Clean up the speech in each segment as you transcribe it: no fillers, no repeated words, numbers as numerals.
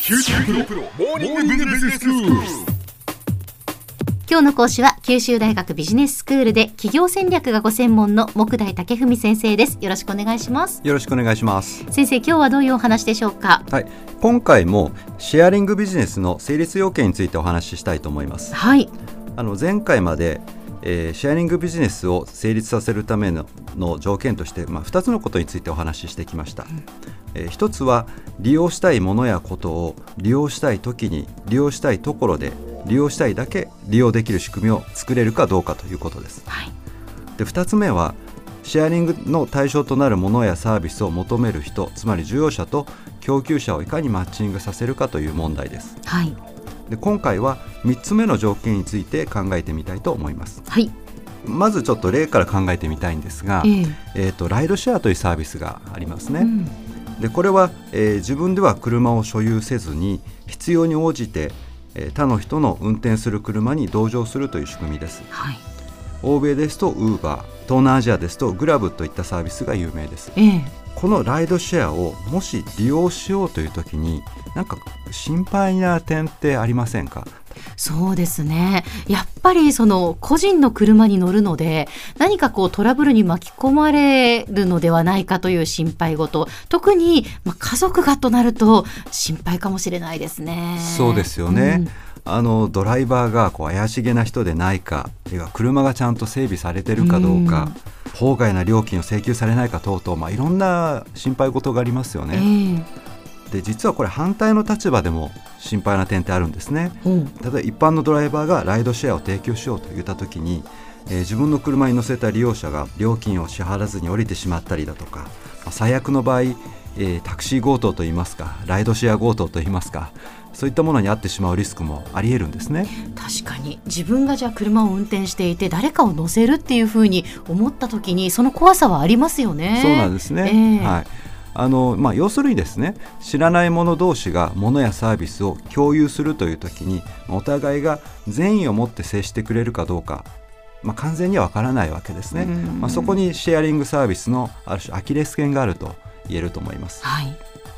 九州大学モーニングビジネススクール。 今日の講師は九州大学ビジネススクールで企業戦略がご専門の杢代武文先生です。よろしくお願いします。 よろしくお願いします。 先生、今日はどういうお話でしょうか？ はい、今回もシェアリングビジネスの成立要件についてお話ししたいと思います。 はい。 前回まで、シェアリングビジネスを成立させるための条件として、2つのことについてお話ししてきました。一つは利用したいものやことを利用したい時に利用したいところで利用したいだけ利用できる仕組みを作れるかどうかということです。 はい。 で、2つ目はシェアリングの対象となるものやサービスを求める人、つまり需要者と供給者をいかにマッチングさせるかという問題です。 はい。 で、今回は3つ目の条件について考えてみたいと思います。 はい。 まずちょっと例から考えてみたいんですが、ライドシェアというサービスがありますね。で、これは、自分では車を所有せずに必要に応じて、他の人の運転する車に同乗するという仕組みです。 はい。 欧米ですと Uber、東南アジアですと Grab といったサービスが有名です。このライドシェアをもし利用しようという時になんか心配な点ってありませんか？ そうですね。やっぱり個人の車に乗るので何かトラブルに巻き込まれるのではないかという心配事、特に、家族がとなると心配かもしれないですね。 そうですよね。ドライバーが怪しげな人でないか、車がちゃんと整備されているかどうか、法外な料金を請求されないか等々、いろんな心配事がありますよね。で、実はこれ反対の立場でも心配な点ってあるんですね。例えば一般のドライバーがライドシェアを提供しようと言った時に、自分の車に乗せた利用者が料金を支払わずに降りてしまったりだとか、最悪の場合、タクシー強盗といいますか、ライドシェア強盗といいますか、そういったものに遭ってしまうリスクもあり得るんですね。確かに自分がじゃあ車を運転していて誰かを乗せるっていうふうに思った時にその怖さはありますよね。 そうなんですね。はい。要するにですね、知らない者同士が物やサービスを共有するという時にお互いが善意を持って接してくれるかどうか、完全には分からないわけですね。そこにシェアリングサービスのある種アキレス腱があると言えると思います。 はい。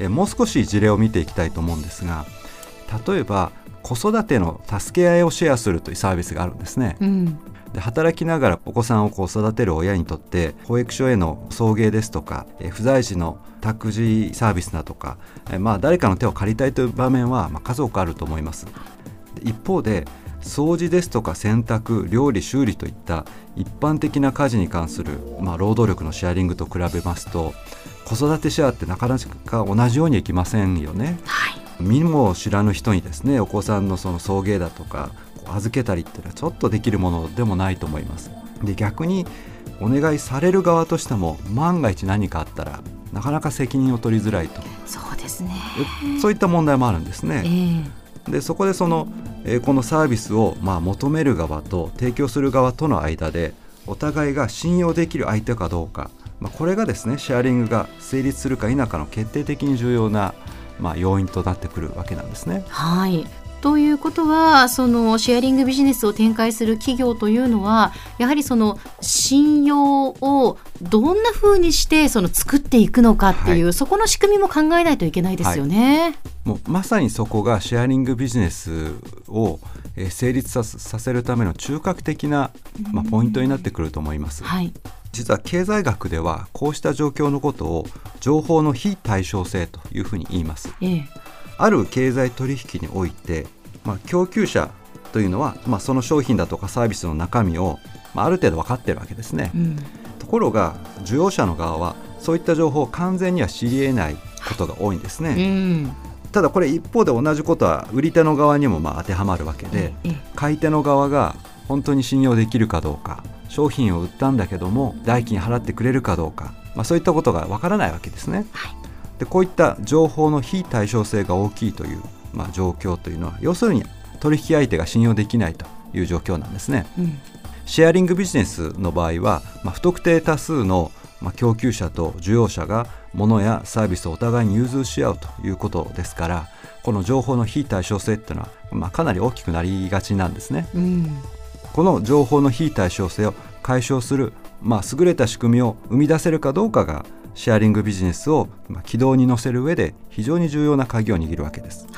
もう少し事例を見ていきたいと思うんですが、例えば子育ての助け合いをシェアするというサービスがあるんですね。で、働きながらお子さんを育てる親にとって保育所への送迎ですとか、不在時の託児サービスだとか、誰かの手を借りたいという場面は数多くあると思います。で、一方で掃除ですとか洗濯、料理、修理といった一般的な家事に関する、労働力のシェアリングと比べますと子育てシェアってなかなか同じようにいきませんよね。 はい。 見も知らぬ人にですね、お子さんの送迎だとか預けたりっていうのはちょっとできるものでもないと思います。で、逆にお願いされる側としても万が一何かあったらなかなか責任を取りづらいと。 そうですね。 そういった問題もあるんですね。で、そこでこのサービスを求める側と提供する側との間でお互いが信用できる相手かどうか、これがですね、シェアリングが成立するか否かの決定的に重要な要因となってくるわけなんですね。 はい。ということはシェアリングビジネスを展開する企業というのはやはり信用をどんな風にして作っていくのかっていう、そこの仕組みも考えないといけないですよね。 もうまさにそこがシェアリングビジネスを成立させるための中核的な、ポイントになってくると思います。 はい。 実は経済学ではこうした状況のことを情報の非対称性というふうに言います。ある経済取引において、供給者というのは、その商品だとかサービスの中身を、ある程度分かっているわけですね。ところが需要者の側はそういった情報を完全には知り得ないことが多いんですね。ただこれ一方で同じことは売り手の側にも当てはまるわけで、買い手の側が本当に信用できるかどうか、商品を売ったんだけども代金払ってくれるかどうか、そういったことが分からないわけですね。で、こういった情報の非対称性が大きいという、状況というのは要するに取引相手が信用できないという状況なんですね。シェアリングビジネスの場合は、不特定多数の供給者と需要者が物やサービスをお互いに融通し合うということですから、この情報の非対称性っていうのは、かなり大きくなりがちなんですね。この情報の非対称性を解消する、優れた仕組みを生み出せるかどうかがシェアリングビジネスを軌道に乗せる上で非常に重要な鍵を握るわけです。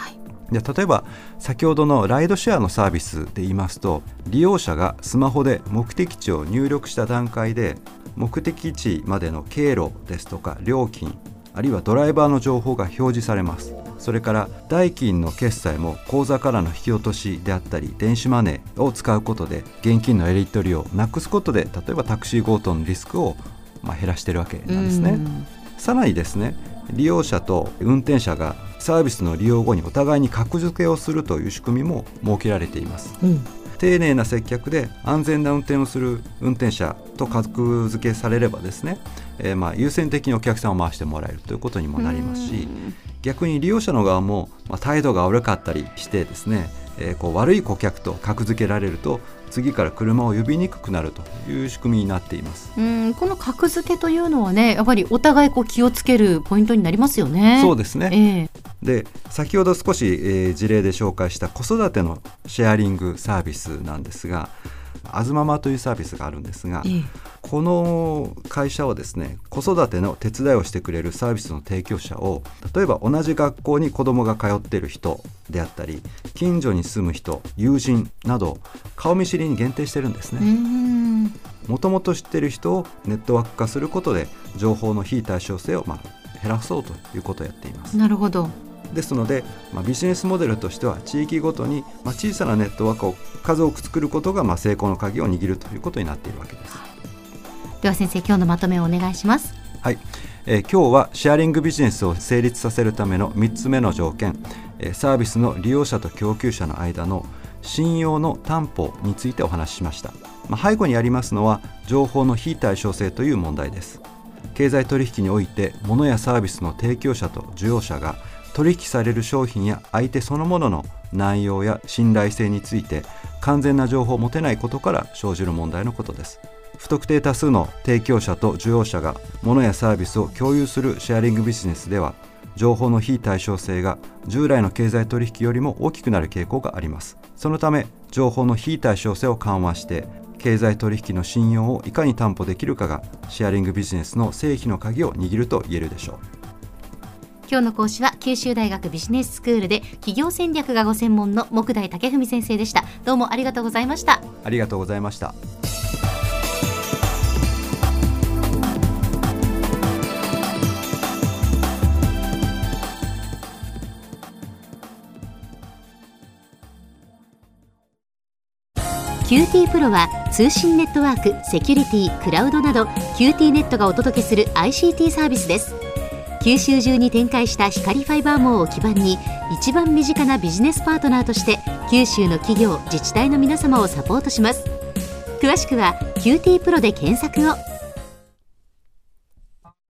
で例えば先ほどのライドシェアのサービスで言いますと、利用者がスマホで目的地を入力した段階で目的地までの経路ですとか料金、あるいはドライバーの情報が表示されます。それから代金の決済も口座からの引き落としであったり電子マネーを使うことで現金のやり取りをなくすことで、例えばタクシー強盗のリスクを減らしているわけなんですね。さらにですね、利用者と運転者がサービスの利用後にお互いに格付けをするという仕組みも設けられています。丁寧な接客で安全な運転をする運転者と格付けされればですね、優先的にお客さんを回してもらえるということにもなりますし、逆に利用者の側も、態度が悪かったりしてですね、悪い顧客と格付けられると次から車を呼びにくくなるという仕組みになっています。 この格付けというのはね、やっぱりお互い気をつけるポイントになりますよね。 そうですね、で先ほど少し、事例で紹介した子育てのシェアリングサービスなんですが、あずママというサービスがあるんですが、この会社はですね、子育ての手伝いをしてくれるサービスの提供者を、例えば同じ学校に子どもが通っている人であったり近所に住む人、友人など顔見知りに限定してるんですね。もともと知っている人をネットワーク化することで情報の非対称性を減らそうということをやっています。 なるほど。 ですので、ビジネスモデルとしては地域ごとに、小さなネットワークを数多く作ることが、成功の鍵を握るということになっているわけです。 では先生、今日のまとめをお願いします。 はい、今日はシェアリングビジネスを成立させるための3つ目の条件、サービスの利用者と供給者の間の信用の担保についてお話ししました。背後にありますのは情報の非対称性という問題です。経済取引において物やサービスの提供者と需要者が取引される商品や相手そのものの内容や信頼性について完全な情報を持てないことから生じる問題のことです。不特定多数の提供者と需要者が物やサービスを共有するシェアリングビジネスでは、情報の非対称性が従来の経済取引よりも大きくなる傾向があります。そのため情報の非対称性を緩和して経済取引の信用をいかに担保できるかがシェアリングビジネスの成否の鍵を握ると言えるでしょう。 今日の講師は九州大学ビジネススクールで企業戦略がご専門の杢代武文先生でした。どうもありがとうございました。 ありがとうございました。 QT プロは通信ネットワーク、セキュリティ、クラウドなど QT ネットがお届けする ICT サービスです。九州中に展開した光ファイバー網を基盤に一番身近なビジネスパートナーとして九州の企業、自治体の皆様をサポートします。詳しくは QT プロで検索を。